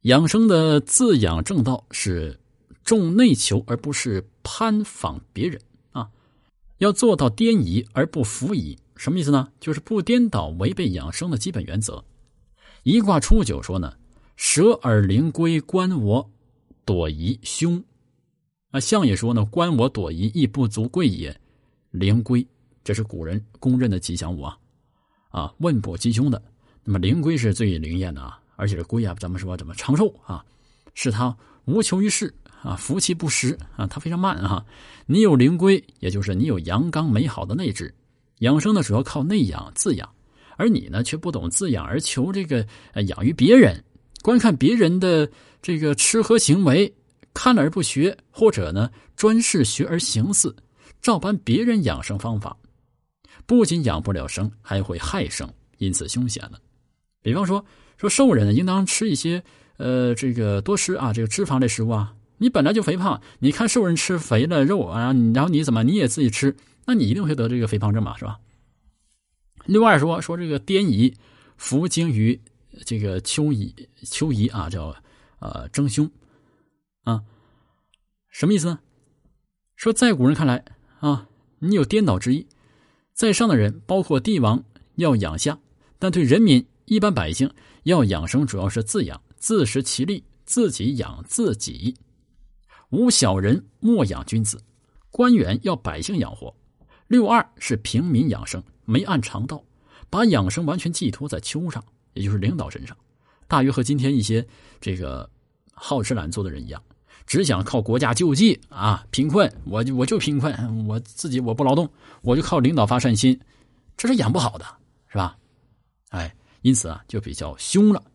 养生的自养正道是重内求而不是攀仿别人啊，要做到颠夷而不浮夷。什么意思呢？就是不颠倒违背养生的基本原则。一卦初九说呢，蛇而灵龟，观我躲夷凶。象也说呢，观我躲夷亦不足贵也。灵龟，这是古人公认的吉祥物啊，问卜吉凶的。那么灵龟是最灵验的啊，而且这龟啊，咱们说怎么长寿啊，是它无求于世啊，福气不时啊，它非常慢啊。你有灵龟，也就是你有阳刚美好的内质。养生呢，主要靠内养自养，而你呢，却不懂自养而求这个养于别人，观看别人的这个吃喝行为，看而不学，或者呢，专事学而行似，照搬别人养生方法，不仅养不了生，还会害生，因此凶险了。比方说瘦人呢，应当吃一些这个多吃啊，这个脂肪类食物啊。你本来就肥胖，你看瘦人吃肥了肉啊，然后你也自己吃，那你一定会得这个肥胖症嘛，是吧？另外说这个颠夷伏精于这个丘夷啊，叫争凶啊，什么意思呢？说在古人看来啊，你有颠倒之意，在上的人包括帝王要养下，但对人民一般百姓要养生，主要是自养，自食其力，自己养自己。无小人莫养君子，官员要百姓养活。62是平民养生，没按常道，把养生完全寄托在丘上，也就是领导身上，大约和今天一些这个好吃懒做的人一样，只想靠国家救济啊，贫困我就贫困，我自己我不劳动，我就靠领导发善心，这是养不好的，是吧？因此啊，就比较凶了。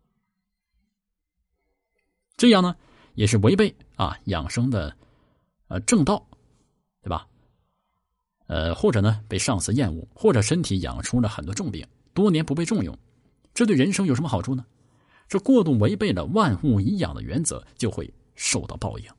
这样呢，也是违背养生的正道，对吧？或者呢被上司厌恶，或者身体养出了很多重病，多年不被重用，这对人生有什么好处呢？这过度违背了万物以养的原则，就会受到报应。